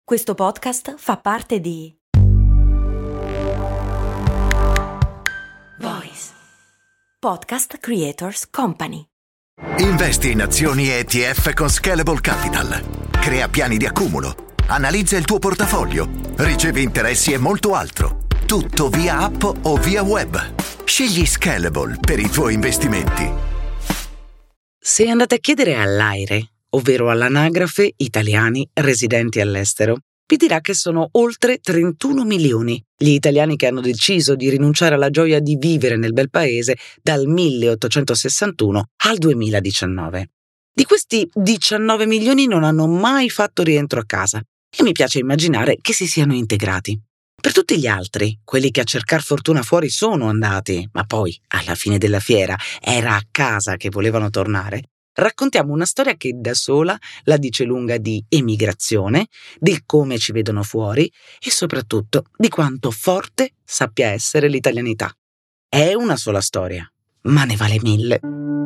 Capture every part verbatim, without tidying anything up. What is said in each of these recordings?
Questo podcast fa parte di Voice Podcast Creators Company. Investi in azioni e E T F con Scalable Capital. Crea piani di accumulo. Analizza il tuo portafoglio. Ricevi interessi e molto altro. Tutto via app o via web. Scegli Scalable per i tuoi investimenti. Se andate a chiedere all'AIRE, ovvero all'Anagrafe Italiani Residenti all'Estero, vi dirà che sono oltre trentuno milioni gli italiani che hanno deciso di rinunciare alla gioia di vivere nel bel paese dal milleottocentosessantuno al duemiladiciannove. Di questi diciannove milioni non hanno mai fatto rientro a casa e mi piace immaginare che si siano integrati. Per tutti gli altri, quelli che a cercar fortuna fuori sono andati, ma poi, alla fine della fiera, era a casa che volevano tornare, raccontiamo una storia che da sola la dice lunga di emigrazione, di come ci vedono fuori e soprattutto di quanto forte sappia essere l'italianità. È una sola storia, ma ne vale mille.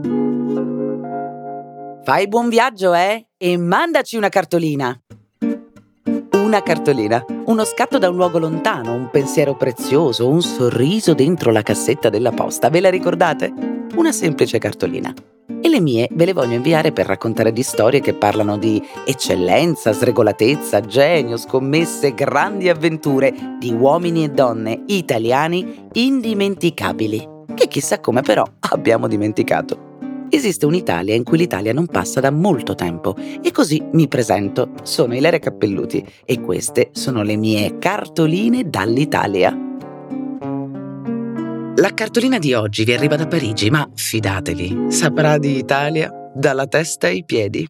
Fai buon viaggio, eh? E mandaci una cartolina. Una cartolina, uno scatto da un luogo lontano, un pensiero prezioso, un sorriso dentro la cassetta della posta. Ve la ricordate? Una semplice cartolina. E le mie ve le voglio inviare per raccontare di storie che parlano di eccellenza, sregolatezza, genio, scommesse, grandi avventure di uomini e donne italiani indimenticabili, che chissà come però abbiamo dimenticato. Esiste un'Italia in cui l'Italia non passa da molto tempo e così mi presento. Sono Ilaria Cappelluti e queste sono le mie cartoline dall'Italia. La cartolina di oggi vi arriva da Parigi, ma fidatevi, saprà di Italia dalla testa ai piedi.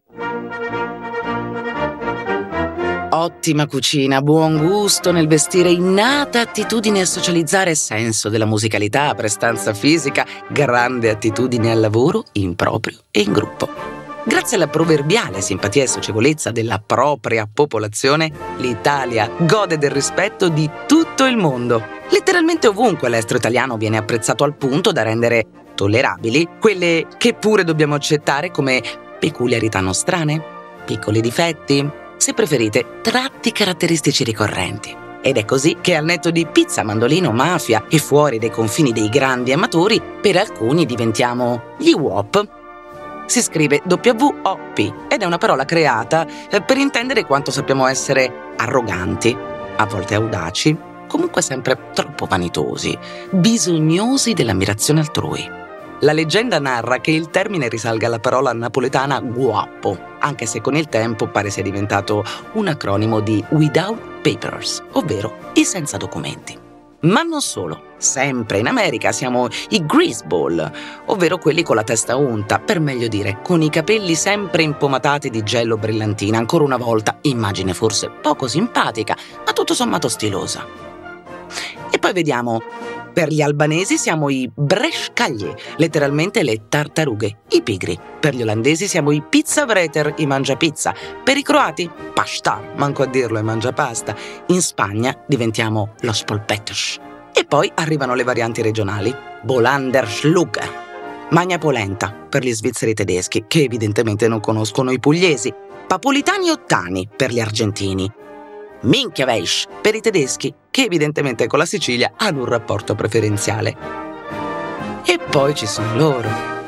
Ottima cucina, buon gusto nel vestire, innata attitudine a socializzare, senso della musicalità, prestanza fisica, grande attitudine al lavoro in proprio e in gruppo. Grazie alla proverbiale simpatia e socievolezza della propria popolazione, l'Italia gode del rispetto di tutto il mondo. Letteralmente ovunque l'estero italiano viene apprezzato al punto da rendere tollerabili quelle che pure dobbiamo accettare come peculiarità nostrane, piccoli difetti, se preferite, tratti caratteristici ricorrenti. Ed è così che al netto di pizza, mandolino, mafia e fuori dai confini dei grandi amatori, per alcuni diventiamo gli W O P. Si scrive W O P ed è una parola creata per intendere quanto sappiamo essere arroganti, a volte audaci, comunque sempre troppo vanitosi, bisognosi dell'ammirazione altrui. La leggenda narra che il termine risalga alla parola napoletana guappo, anche se con il tempo pare sia diventato un acronimo di Without Papers, ovvero i senza documenti. Ma non solo. Sempre in America siamo i greaseball, ovvero quelli con la testa unta, per meglio dire, con i capelli sempre impomatati di gello brillantina, ancora una volta, immagine forse poco simpatica, ma tutto sommato stilosa. E poi vediamo, per gli albanesi siamo i breshkaglie, letteralmente le tartarughe, i pigri. Per gli olandesi siamo i pizzavreter, i mangiapizza. Per i croati, pashtar, manco a dirlo, è mangiapasta. In Spagna diventiamo los polpetos. E poi arrivano le varianti regionali, Bolanderschluger, magna polenta per gli svizzeri tedeschi, che evidentemente non conoscono i pugliesi, Papolitani ottani per gli argentini, Minchiaveisch per i tedeschi, che evidentemente con la Sicilia hanno un rapporto preferenziale. E poi ci sono loro,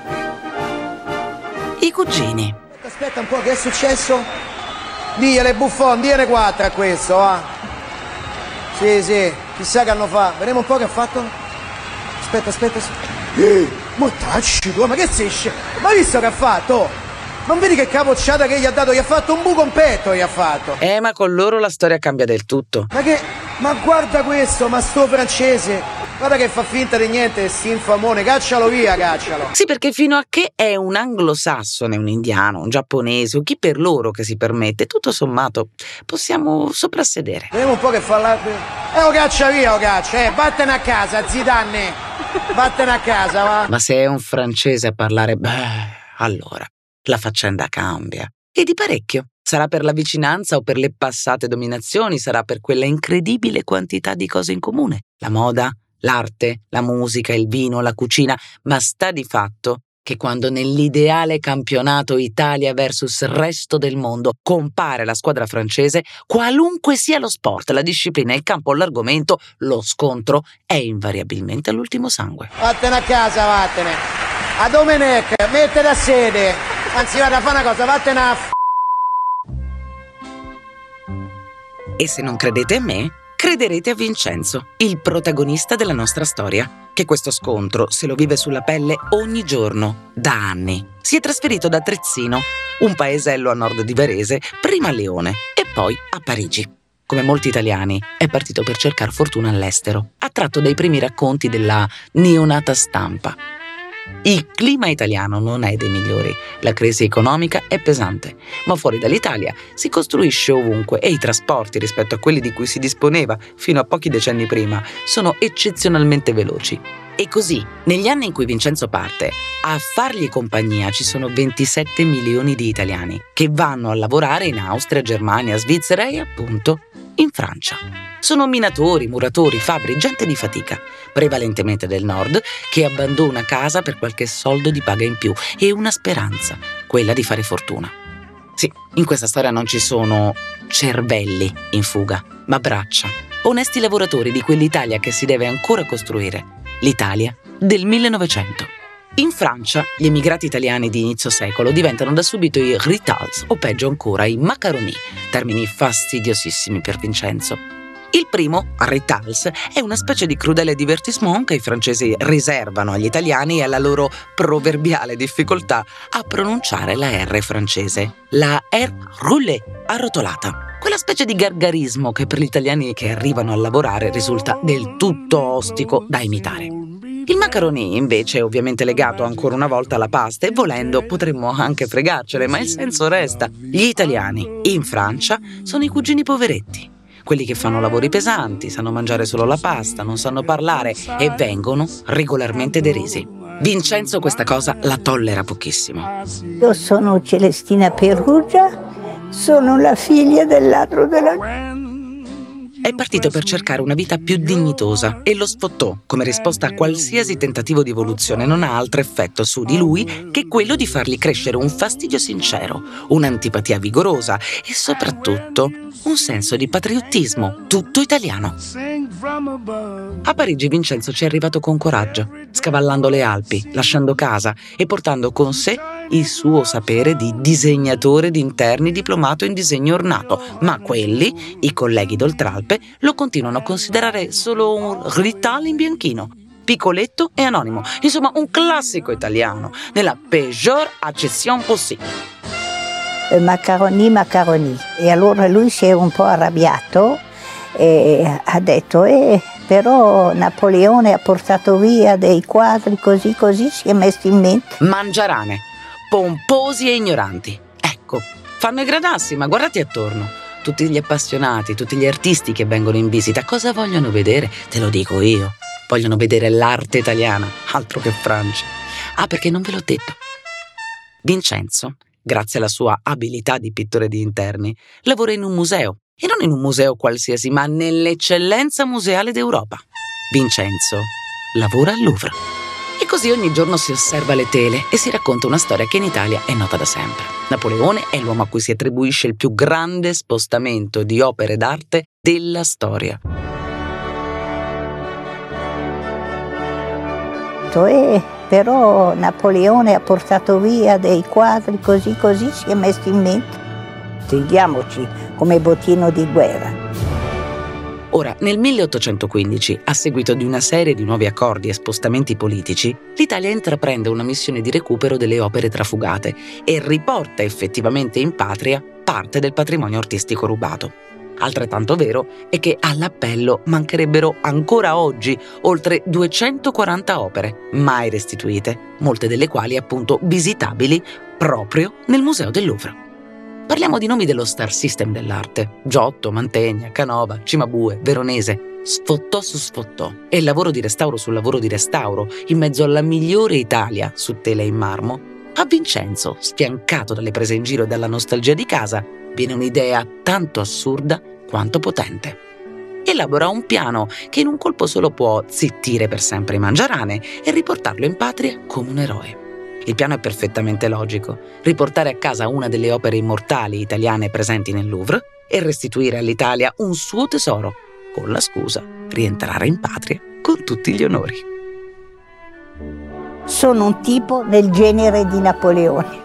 i cugini. Aspetta un po', che è successo? Digliele buffon, digliene quattro a questo, va. Sì, sì, chissà che hanno fatto. Vediamo un po' che ha fatto. Aspetta, aspetta, aspetta. Ehi, mortacci tu, ma che sei scemo? Ma hai visto che ha fatto? Non vedi che capocciata che gli ha dato? Gli ha fatto un buco in petto, gli ha fatto. Eh, ma con loro la storia cambia del tutto. Ma che... Ma guarda questo, ma sto francese. Guarda che fa finta di niente, sti infamone. Caccialo via, caccialo. Sì, perché fino a che è un anglosassone, un indiano, un giapponese o chi per loro che si permette, tutto sommato possiamo soprassedere. Vediamo un po' che fa la... Eh, oh, caccia via, oh, caccia. Eh, vattene a casa, zidanne. Vattene a casa, va. Ma se è un francese a parlare, beh, allora... la faccenda cambia. E di parecchio. Sarà per la vicinanza o per le passate dominazioni, sarà per quella incredibile quantità di cose in comune. La moda, l'arte, la musica, il vino, la cucina, ma sta di fatto che quando nell'ideale campionato Italia versus resto del mondo compare la squadra francese, qualunque sia lo sport, la disciplina, il campo o l'argomento, lo scontro è invariabilmente all'ultimo sangue. Vattene a casa, vattene. A Domenech, mettete a sede. Anzi, vada a fare una cosa, vattene a f***. E se non credete a me, crederete a Vincenzo, il protagonista della nostra storia, che questo scontro se lo vive sulla pelle ogni giorno, da anni. Si è trasferito da Trezzino, un paesello a nord di Varese, prima a Lione e poi a Parigi. Come molti italiani, è partito per cercare fortuna all'estero, attratto dai primi racconti della neonata stampa. Il clima italiano non è dei migliori, la crisi economica è pesante, ma fuori dall'Italia si costruisce ovunque e i trasporti rispetto a quelli di cui si disponeva fino a pochi decenni prima sono eccezionalmente veloci. E così, negli anni in cui Vincenzo parte, a fargli compagnia ci sono ventisette milioni di italiani che vanno a lavorare in Austria, Germania, Svizzera e appunto in Francia. Sono minatori, muratori, fabbri, gente di fatica, prevalentemente del nord, che abbandona casa per qualche soldo di paga in più e una speranza, quella di fare fortuna. Sì, in questa storia non ci sono cervelli in fuga, ma braccia, onesti lavoratori di quell'Italia che si deve ancora costruire, l'Italia del millenovecento. In Francia, gli emigrati italiani di inizio secolo diventano da subito i ritals, o peggio ancora i macaroni, termini fastidiosissimi per Vincenzo. Il primo, ritals, è una specie di crudele divertissement che i francesi riservano agli italiani e alla loro proverbiale difficoltà a pronunciare la R francese, la R roulée, arrotolata. Quella specie di gargarismo che per gli italiani che arrivano a lavorare risulta del tutto ostico da imitare. Il macaroni invece è ovviamente legato ancora una volta alla pasta e volendo potremmo anche fregarcele, ma il senso resta. Gli italiani in Francia sono i cugini poveretti, quelli che fanno lavori pesanti, sanno mangiare solo la pasta, non sanno parlare e vengono regolarmente derisi. Vincenzo questa cosa la tollera pochissimo. Io sono Celestina Perugia, sono la figlia del ladro della... È partito per cercare una vita più dignitosa e lo sfottò come risposta a qualsiasi tentativo di evoluzione. Non ha altro effetto su di lui che quello di fargli crescere un fastidio sincero, un'antipatia vigorosa e soprattutto un senso di patriottismo tutto italiano. A Parigi Vincenzo ci è arrivato con coraggio, scavallando le Alpi, lasciando casa e portando con sé il suo sapere di disegnatore di interni diplomato in disegno ornato, ma quelli, i colleghi d'Oltralpe, lo continuano a considerare solo un rital in bianchino, piccoletto e anonimo, insomma un classico italiano, nella peggior accezione possibile. Macaroni, macaroni. E allora lui si è un po' arrabbiato e ha detto, eh, però Napoleone ha portato via dei quadri così così, si è messo in mente. Mangiarane, pomposi e ignoranti. Ecco, fanno i gradassi, ma guardati attorno. Tutti gli appassionati, tutti gli artisti che vengono in visita, cosa vogliono vedere? Te lo dico io. Vogliono vedere l'arte italiana, altro che Francia. Ah, perché non ve l'ho detto. Vincenzo, grazie alla sua abilità di pittore di interni, lavora in un museo. E non in un museo qualsiasi, ma nell'eccellenza museale d'Europa. Vincenzo lavora al Louvre. E così ogni giorno si osserva le tele e si racconta una storia che in Italia è nota da sempre. Napoleone è l'uomo a cui si attribuisce il più grande spostamento di opere d'arte della storia. Eh, però Napoleone ha portato via dei quadri così così, si è messo in mente. Teniamoci come bottino di guerra. Ora, nel milleottocentoquindici, a seguito di una serie di nuovi accordi e spostamenti politici, l'Italia intraprende una missione di recupero delle opere trafugate e riporta effettivamente in patria parte del patrimonio artistico rubato. Altrettanto vero è che all'appello mancherebbero ancora oggi oltre duecentoquaranta opere, mai restituite, molte delle quali appunto visitabili proprio nel Museo del Louvre. Parliamo di nomi dello star system dell'arte: Giotto, Mantegna, Canova, Cimabue, Veronese. Sfottò su sfottò e il lavoro di restauro sul lavoro di restauro, in mezzo alla migliore Italia su tela in marmo. A Vincenzo, sfiancato dalle prese in giro e dalla nostalgia di casa, viene un'idea tanto assurda quanto potente. Elabora un piano che in un colpo solo può zittire per sempre i Mangiarane e riportarlo in patria come un eroe. Il piano è perfettamente logico: riportare a casa una delle opere immortali italiane presenti nel Louvre e restituire all'Italia un suo tesoro, con la scusa rientrare in patria con tutti gli onori. Sono un tipo del genere di Napoleone.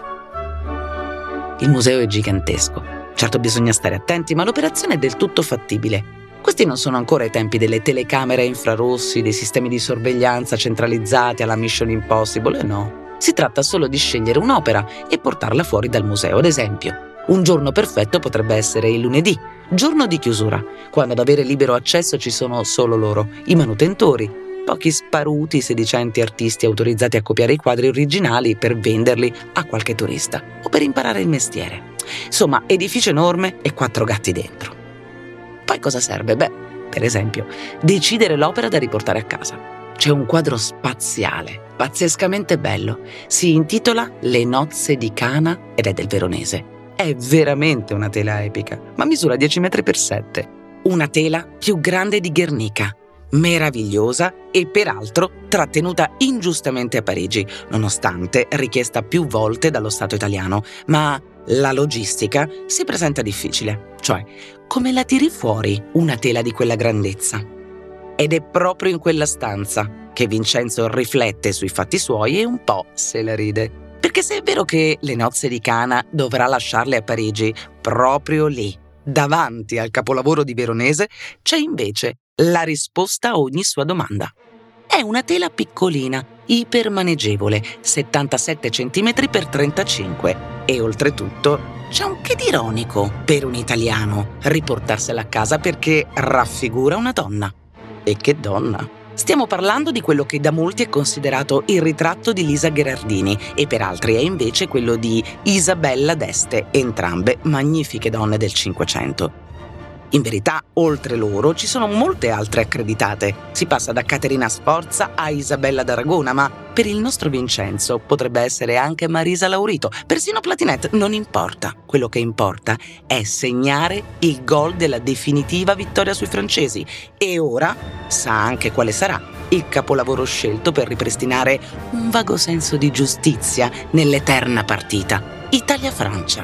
Il museo è gigantesco. Certo, bisogna stare attenti, ma l'operazione è del tutto fattibile. Questi non sono ancora i tempi delle telecamere a infrarossi, dei sistemi di sorveglianza centralizzati alla Mission Impossible, no. Si tratta solo di scegliere un'opera e portarla fuori dal museo. Ad esempio, un giorno perfetto potrebbe essere il lunedì, giorno di chiusura, quando ad avere libero accesso ci sono solo loro, i manutentori, pochi sparuti sedicenti artisti autorizzati a copiare i quadri originali per venderli a qualche turista o per imparare il mestiere. Insomma, edificio enorme e quattro gatti dentro. Poi cosa serve? Beh, per esempio, decidere l'opera da riportare a casa. C'è un quadro spaziale, pazzescamente bello. Si intitola Le nozze di Cana ed è del Veronese. È veramente una tela epica, ma misura dieci metri per sette. Una tela più grande di Guernica, meravigliosa e peraltro trattenuta ingiustamente a Parigi, nonostante richiesta più volte dallo Stato italiano. Ma la logistica si presenta difficile, cioè come la tiri fuori una tela di quella grandezza? Ed è proprio in quella stanza che Vincenzo riflette sui fatti suoi e un po' se la ride. Perché se è vero che le nozze di Cana dovrà lasciarle a Parigi, proprio lì, davanti al capolavoro di Veronese, c'è invece la risposta a ogni sua domanda. È una tela piccolina, ipermaneggevole, settantasette centimetri per trentacinque e oltretutto c'è un che di ironico per un italiano riportarsela a casa perché raffigura una donna. E che donna! Stiamo parlando di quello che da molti è considerato il ritratto di Lisa Gherardini e per altri è invece quello di Isabella d'Este, entrambe magnifiche donne del Cinquecento. In verità, oltre loro, ci sono molte altre accreditate. Si passa da Caterina Sforza a Isabella d'Aragona, ma per il nostro Vincenzo potrebbe essere anche Marisa Laurito, persino Platinette, non importa. Quello che importa è segnare il gol della definitiva vittoria sui francesi. E ora sa anche quale sarà il capolavoro scelto per ripristinare un vago senso di giustizia nell'eterna partita. Italia-Francia.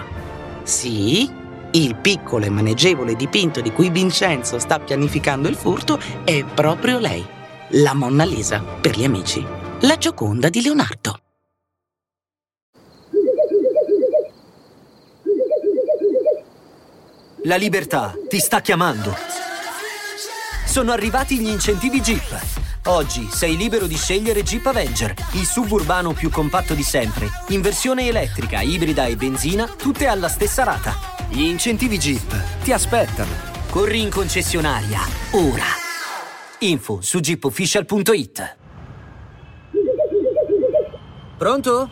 Sì, il piccolo e maneggevole dipinto di cui Vincenzo sta pianificando il furto è proprio lei, la Monna Lisa, per gli amici, la Gioconda di Leonardo. La libertà ti sta chiamando. Sono arrivati gli incentivi Jeep. Oggi sei libero di scegliere Jeep Avenger, il suburbano più compatto di sempre, in versione elettrica, ibrida e benzina, tutte alla stessa rata. Gli incentivi Jeep ti aspettano. Corri in concessionaria, ora. Info su jeep official punto it. Pronto?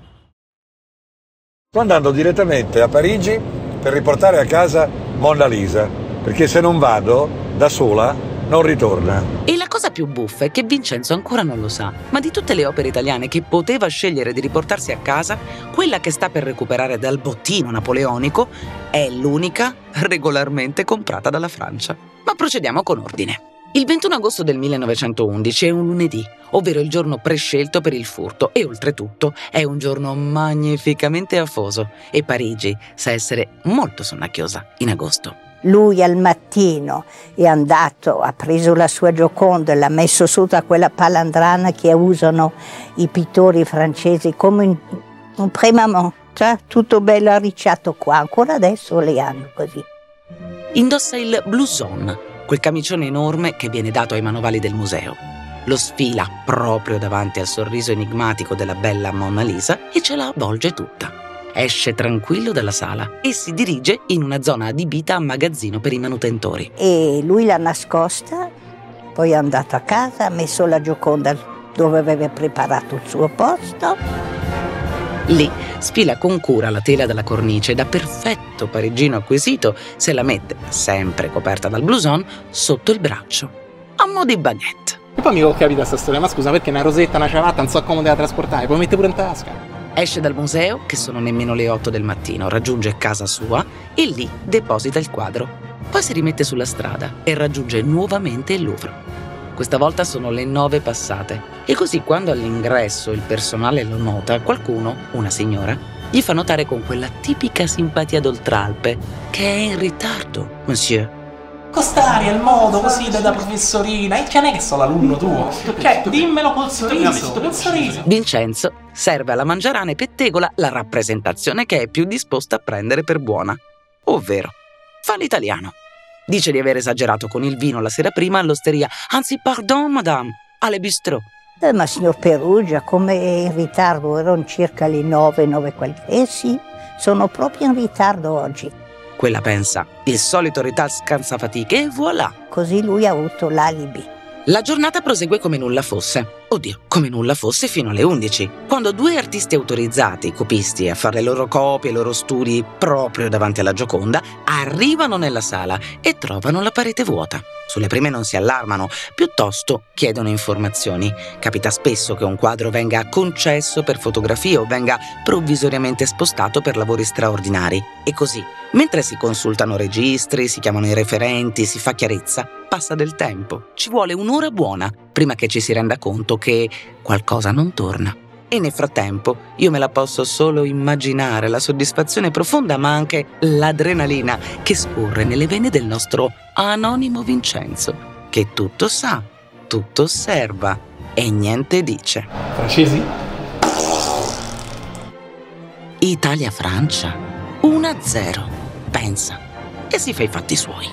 Sto andando direttamente a Parigi per riportare a casa Monna Lisa, perché se non vado da sola non ritorna. E la cosa più buffa è che Vincenzo ancora non lo sa, ma di tutte le opere italiane che poteva scegliere di riportarsi a casa, quella che sta per recuperare dal bottino napoleonico è l'unica regolarmente comprata dalla Francia. Ma procediamo con ordine. Il ventuno agosto del millenovecentoundici è un lunedì, ovvero il giorno prescelto per il furto e oltretutto è un giorno magnificamente afoso e Parigi sa essere molto sonnacchiosa in agosto. Lui al mattino è andato, ha preso la sua Gioconda e l'ha messo sotto a quella palandrana che usano i pittori francesi come un, un prémament, cioè tutto bello arricciato qua, ancora adesso le hanno così. Indossa il blouson, quel camicione enorme che viene dato ai manovali del museo. Lo sfila proprio davanti al sorriso enigmatico della bella Monna Lisa e ce la avvolge tutta. Esce tranquillo dalla sala e si dirige in una zona adibita a magazzino per i manutentori. E lui l'ha nascosta, poi è andato a casa, ha messo la Gioconda dove aveva preparato il suo posto. Lì sfila con cura la tela dalla cornice e da perfetto parigino acquisito se la mette, sempre coperta dal blouson, sotto il braccio, a mo' di baguette. E poi mi ho capito questa storia, ma scusa, perché una rosetta, una ciabatta non so come da trasportare, puoi mettere pure in tasca. Esce dal museo, che sono nemmeno le otto del mattino, raggiunge casa sua e lì deposita il quadro. Poi si rimette sulla strada e raggiunge nuovamente il Louvre. Questa volta sono le nove passate E così quando all'ingresso il personale lo nota, qualcuno, una signora, gli fa notare con quella tipica simpatia d'oltralpe che è in ritardo, monsieur. Costari è il modo così da, da professorina, e che non è che sono l'alunno tuo, cioè dimmelo col sorriso, col sorriso. Vincenzo serve alla mangiarana e pettegola la rappresentazione che è più disposta a prendere per buona, ovvero fa l'italiano. Dice di aver esagerato con il vino la sera prima all'osteria, anzi pardon madame, alle bistrot. Eh, ma signor Perugia, come in ritardo, erano circa le nove, nove qualche. Eh sì, sono proprio in ritardo oggi. Quella pensa, il solito ritardo scansafatiche e voilà. Così lui ha avuto l'alibi. La giornata prosegue come nulla fosse. Oddio, come nulla fosse fino alle undici, quando due artisti autorizzati, copisti, a fare le loro copie, i loro studi proprio davanti alla Gioconda, arrivano nella sala e trovano la parete vuota. Sulle prime non si allarmano, piuttosto chiedono informazioni. Capita spesso che un quadro venga concesso per fotografia o venga provvisoriamente spostato per lavori straordinari. E così, mentre si consultano registri, si chiamano i referenti, si fa chiarezza, passa del tempo. Ci vuole un'ora buona prima che ci si renda conto che qualcosa non torna. E nel frattempo io me la posso solo immaginare la soddisfazione profonda, ma anche l'adrenalina che scorre nelle vene del nostro anonimo Vincenzo, che tutto sa, tutto osserva e niente dice. Francesi? Italia-Francia, uno a zero, pensa, e si fa i fatti suoi.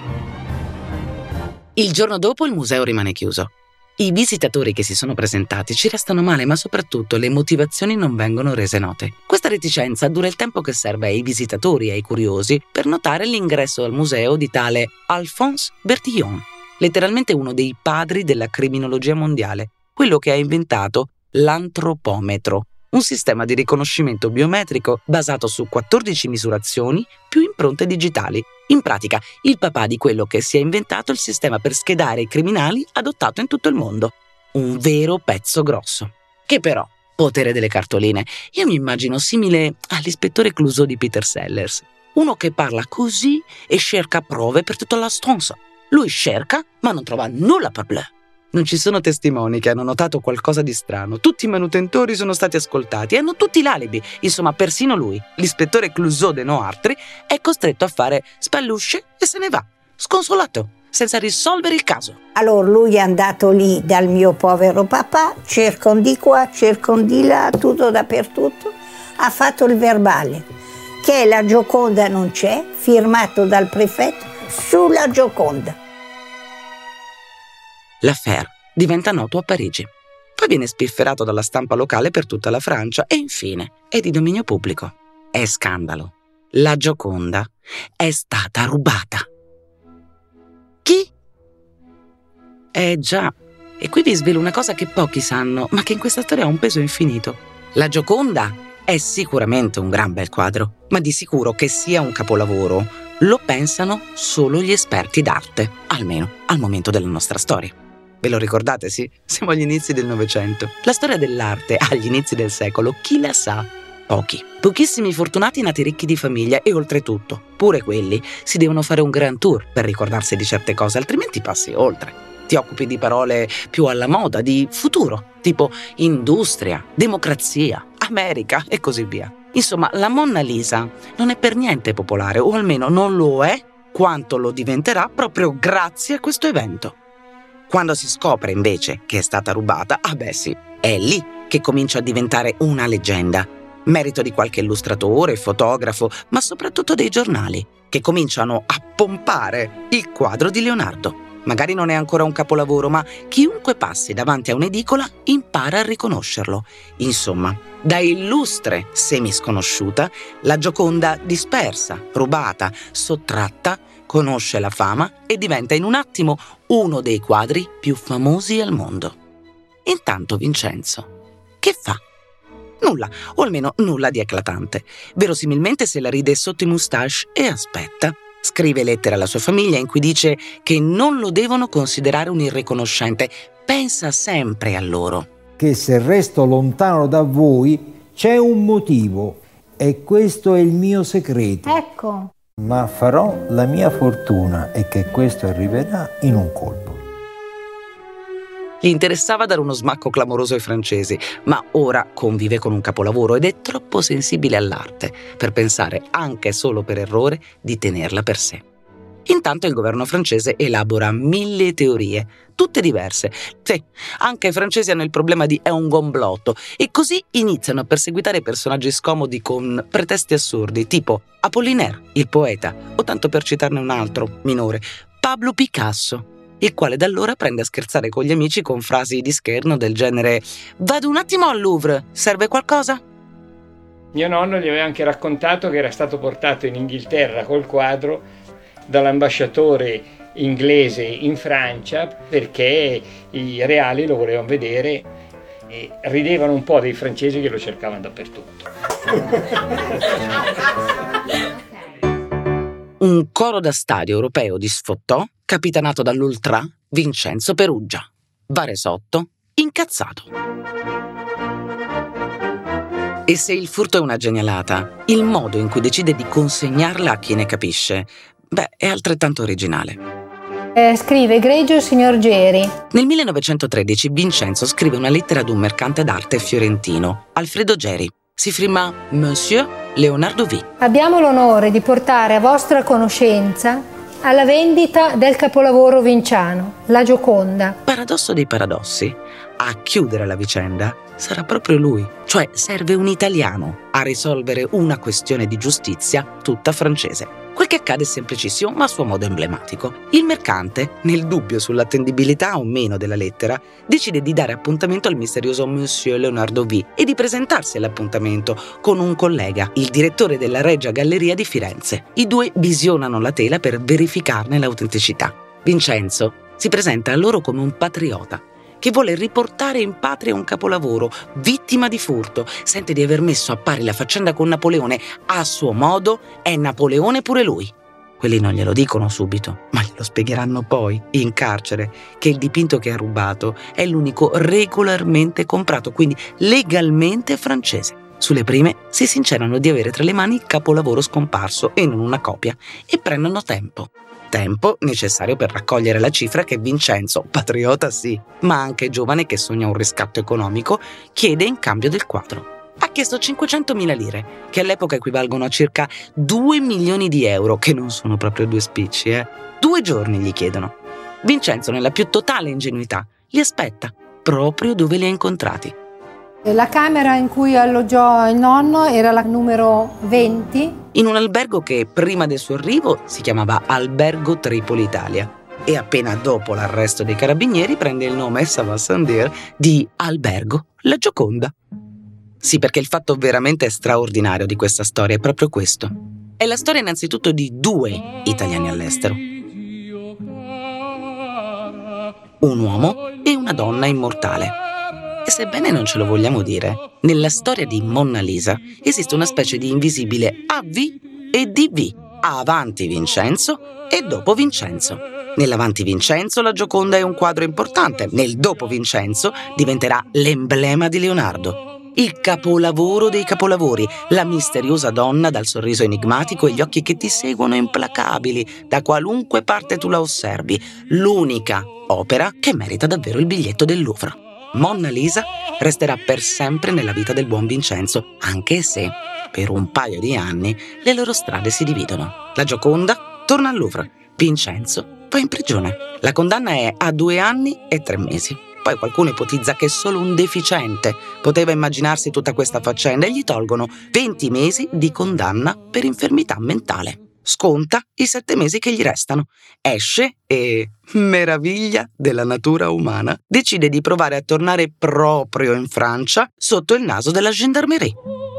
Il giorno dopo il museo rimane chiuso. I visitatori che si sono presentati ci restano male, ma soprattutto le motivazioni non vengono rese note. Questa reticenza dura il tempo che serve ai visitatori e ai curiosi per notare l'ingresso al museo di tale Alphonse Bertillon, letteralmente uno dei padri della criminologia mondiale, quello che ha inventato l'antropometro, un sistema di riconoscimento biometrico basato su quattordici misurazioni più impronte digitali. In pratica, il papà di quello che si è inventato il sistema per schedare i criminali adottato in tutto il mondo. Un vero pezzo grosso. Che però, potere delle cartoline, io mi immagino simile all'ispettore Clouseau di Peter Sellers. Uno che parla così e cerca prove per tutta la stanza. Lui cerca, ma non trova nulla per bleu. Non ci sono testimoni che hanno notato qualcosa di strano. Tutti i manutentori sono stati ascoltati e hanno tutti l'alibi. Insomma, persino lui, l'ispettore Clouseau de Noartri, è costretto a fare spallusce e se ne va, sconsolato, senza risolvere il caso. Allora lui è andato lì dal mio povero papà, cercano di qua, cercano di là, tutto dappertutto. Ha fatto il verbale, che la Gioconda non c'è, firmato dal prefetto sulla Gioconda. L'affaire diventa noto a Parigi. Poi viene spifferato dalla stampa locale per tutta la Francia e infine è di dominio pubblico. È scandalo. La Gioconda è stata rubata. Chi? Eh già, e qui vi svelo una cosa che pochi sanno, ma che in questa storia ha un peso infinito. La Gioconda è sicuramente un gran bel quadro, ma di sicuro che sia un capolavoro lo pensano solo gli esperti d'arte, almeno al momento della nostra storia. Ve lo ricordate, sì? Siamo agli inizi del Novecento. La storia dell'arte agli inizi del secolo, chi la sa? Pochi. Pochissimi fortunati nati ricchi di famiglia e oltretutto, pure quelli, si devono fare un grand tour per ricordarsi di certe cose, altrimenti passi oltre. Ti occupi di parole più alla moda, di futuro, tipo industria, democrazia, America e così via. Insomma, la Monna Lisa non è per niente popolare, o almeno non lo è quanto lo diventerà proprio grazie a questo evento. Quando si scopre invece che è stata rubata, ah beh sì, è lì che comincia a diventare una leggenda, merito di qualche illustratore, fotografo, ma soprattutto dei giornali, che cominciano a pompare il quadro di Leonardo. Magari non è ancora un capolavoro, ma chiunque passi davanti a un'edicola impara a riconoscerlo. Insomma, da illustre semisconosciuta, la Gioconda dispersa, rubata, sottratta, conosce la fama e diventa in un attimo uno dei quadri più famosi al mondo. Intanto Vincenzo, che fa? Nulla, o almeno nulla di eclatante. Verosimilmente se la ride sotto i moustache e aspetta. Scrive lettere alla sua famiglia in cui dice che non lo devono considerare un irriconoscente. Pensa sempre a loro. Che se resto lontano da voi c'è un motivo e questo è il mio segreto. Ecco. Ma farò la mia fortuna e che questo arriverà in un colpo. Gli interessava dare uno smacco clamoroso ai francesi, ma ora convive con un capolavoro ed è troppo sensibile all'arte per pensare, anche solo per errore, di tenerla per sé. Intanto il governo francese elabora mille teorie, tutte diverse. Sì, anche i francesi hanno il problema di è un gomblotto e così iniziano a perseguitare personaggi scomodi con pretesti assurdi, tipo Apollinaire, il poeta, o tanto per citarne un altro, minore, Pablo Picasso, il quale da allora prende a scherzare con gli amici con frasi di scherno del genere «Vado un attimo al Louvre, serve qualcosa?» Mio nonno gli aveva anche raccontato che era stato portato in Inghilterra col quadro dall'ambasciatore inglese in Francia perché i reali lo volevano vedere e ridevano un po' dei francesi che lo cercavano dappertutto. Un coro da stadio europeo di sfottò, capitanato dall'ultra Vincenzo Peruggia. Varesotto, incazzato. E se il furto è una genialata, il modo in cui decide di consegnarla a chi ne capisce, beh, è altrettanto originale. Eh, scrive egregio signor Geri. Nel millenovecentotredici Vincenzo scrive una lettera ad un mercante d'arte fiorentino, Alfredo Geri. Si firma Monsieur Leonardo V. Abbiamo l'onore di portare a vostra conoscenza alla vendita del capolavoro vinciano, La Gioconda. Paradosso dei paradossi, a chiudere la vicenda sarà proprio lui, cioè serve un italiano a risolvere una questione di giustizia tutta francese. Quel che accade è semplicissimo, ma a suo modo emblematico. Il mercante, nel dubbio sull'attendibilità o meno della lettera, decide di dare appuntamento al misterioso Monsieur Leonardo V e di presentarsi all'appuntamento con un collega, il direttore della Regia Galleria di Firenze. I due visionano la tela per verificarne l'autenticità. Vincenzo si presenta a loro come un patriota che vuole riportare in patria un capolavoro, vittima di furto, sente di aver messo a pari la faccenda con Napoleone, a suo modo è Napoleone pure lui. Quelli non glielo dicono subito, ma glielo spiegheranno poi, in carcere, che il dipinto che ha rubato è l'unico regolarmente comprato, quindi legalmente francese. Sulle prime si sincerano di avere tra le mani il capolavoro scomparso e non una copia, e prendono tempo. Tempo necessario per raccogliere la cifra che Vincenzo, patriota sì, ma anche giovane che sogna un riscatto economico, chiede in cambio del quadro. Ha chiesto cinquecentomila lire, che all'epoca equivalgono a circa due milioni di euro, che non sono proprio due spicci, eh. Due giorni gli chiedono. Vincenzo, nella più totale ingenuità, li aspetta, proprio dove li ha incontrati. La camera in cui alloggiò il nonno era la numero venti. In un albergo che prima del suo arrivo si chiamava Albergo Tripoli Italia e appena dopo l'arresto dei carabinieri prende il nome, ça va sans dire, di Albergo La Gioconda. Sì, perché il fatto veramente straordinario di questa storia è proprio questo. È la storia innanzitutto di due italiani all'estero. Un uomo e una donna immortale. E sebbene non ce lo vogliamo dire, nella storia di Monna Lisa esiste una specie di invisibile A V e D V, avanti Vincenzo e dopo Vincenzo. Nell'avanti Vincenzo la Gioconda è un quadro importante, nel dopo Vincenzo diventerà l'emblema di Leonardo, il capolavoro dei capolavori, la misteriosa donna dal sorriso enigmatico e gli occhi che ti seguono implacabili da qualunque parte tu la osservi, l'unica opera che merita davvero il biglietto del Louvre. Monna Lisa resterà per sempre nella vita del buon Vincenzo, anche se, per un paio di anni, le loro strade si dividono. La Gioconda torna al Louvre, Vincenzo va in prigione. La condanna è a due anni e tre mesi. Poi qualcuno ipotizza che solo un deficiente poteva immaginarsi tutta questa faccenda e gli tolgono venti mesi di condanna per infermità mentale. Sconta i sette mesi che gli restano, esce e, meraviglia della natura umana, decide di provare a tornare proprio in Francia sotto il naso della gendarmerie.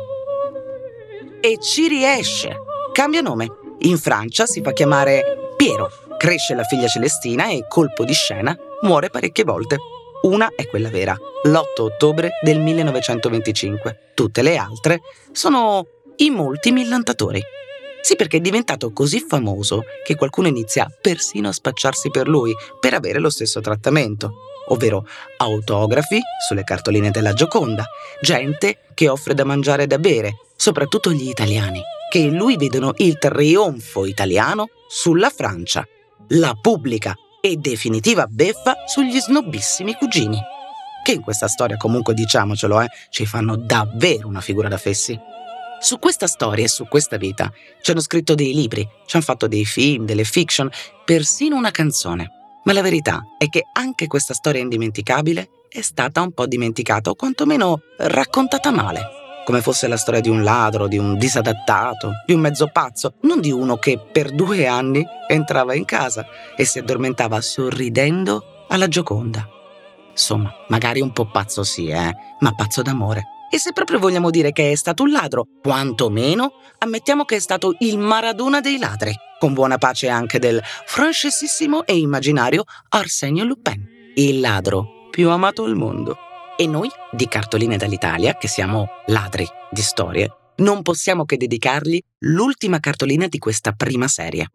E ci riesce. Cambia nome. In Francia si fa chiamare Piero. Cresce la figlia Celestina e, colpo di scena, muore parecchie volte. Una è quella vera, l'otto ottobre del millenovecentoventicinque. Tutte le altre sono i molti millantatori. Sì, perché è diventato così famoso che qualcuno inizia persino a spacciarsi per lui per avere lo stesso trattamento, ovvero autografi sulle cartoline della Gioconda, gente che offre da mangiare e da bere, soprattutto gli italiani, che in lui vedono il trionfo italiano sulla Francia. La pubblica e definitiva beffa sugli snobbissimi cugini, che in questa storia, comunque diciamocelo, eh, ci fanno davvero una figura da fessi. Su questa storia e su questa vita ci hanno scritto dei libri, ci hanno fatto dei film, delle fiction, persino una canzone. Ma la verità è che anche questa storia indimenticabile è stata un po' dimenticata o quantomeno raccontata male, come fosse la storia di un ladro, di un disadattato, di un mezzo pazzo, non di uno che per due anni entrava in casa e si addormentava sorridendo alla Gioconda. Insomma, magari un po' pazzo sì, eh, ma pazzo d'amore. E se proprio vogliamo dire che è stato un ladro, quantomeno ammettiamo che è stato il Maradona dei ladri, con buona pace anche del francesissimo e immaginario Arsenio Lupin, il ladro più amato al mondo. E noi, di Cartoline dall'Italia, che siamo ladri di storie, non possiamo che dedicargli l'ultima cartolina di questa prima serie.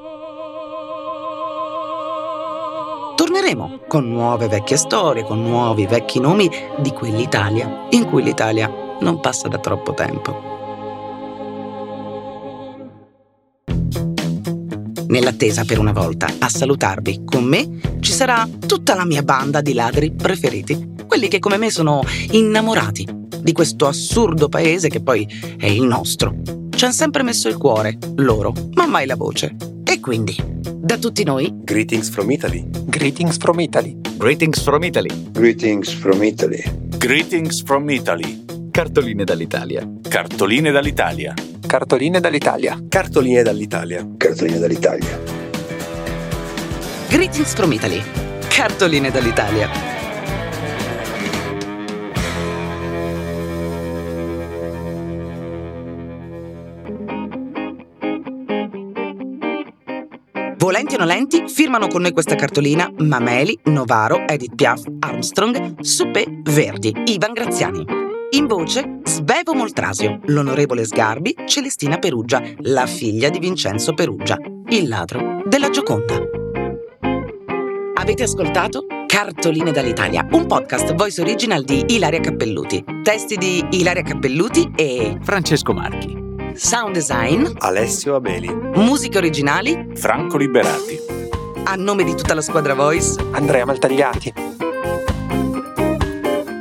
Torneremo con nuove vecchie storie, con nuovi vecchi nomi di quell'Italia in cui l'Italia non passa da troppo tempo. Nell'attesa per una volta a salutarvi con me ci sarà tutta la mia banda di ladri preferiti, quelli che come me sono innamorati di questo assurdo paese che poi è il nostro. Ci hanno sempre messo il cuore, loro, ma mai la voce. E quindi, da tutti noi, Greetings from Italy. Greetings from Italy. Greetings from Italy. Greetings from Italy. Greetings from Italy. Cartoline dall'Italia. Cartoline dall'Italia. Cartoline dall'Italia. Cartoline dall'Italia. Cartoline dall'Italia. Greetings from Italy. Cartoline dall'Italia. Volenti o nolenti, firmano con noi questa cartolina Mameli, Novaro, Edith Piaf, Armstrong, Suppé, Verdi, Ivan Graziani. In voce, Svevo Moltrasio, l'onorevole Sgarbi, Celestina Perugia, la figlia di Vincenzo Perugia, il ladro della Gioconda. Avete ascoltato Cartoline dall'Italia, un podcast voice original di Ilaria Cappelluti. Testi di Ilaria Cappelluti e Francesco Marchi. Sound design Alessio Abeli. Musiche originali Franco Liberati. A nome di tutta la squadra voice Andrea Maltagliati.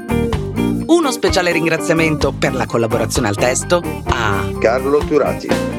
Uno speciale ringraziamento per la collaborazione al testo a Carlo Turati.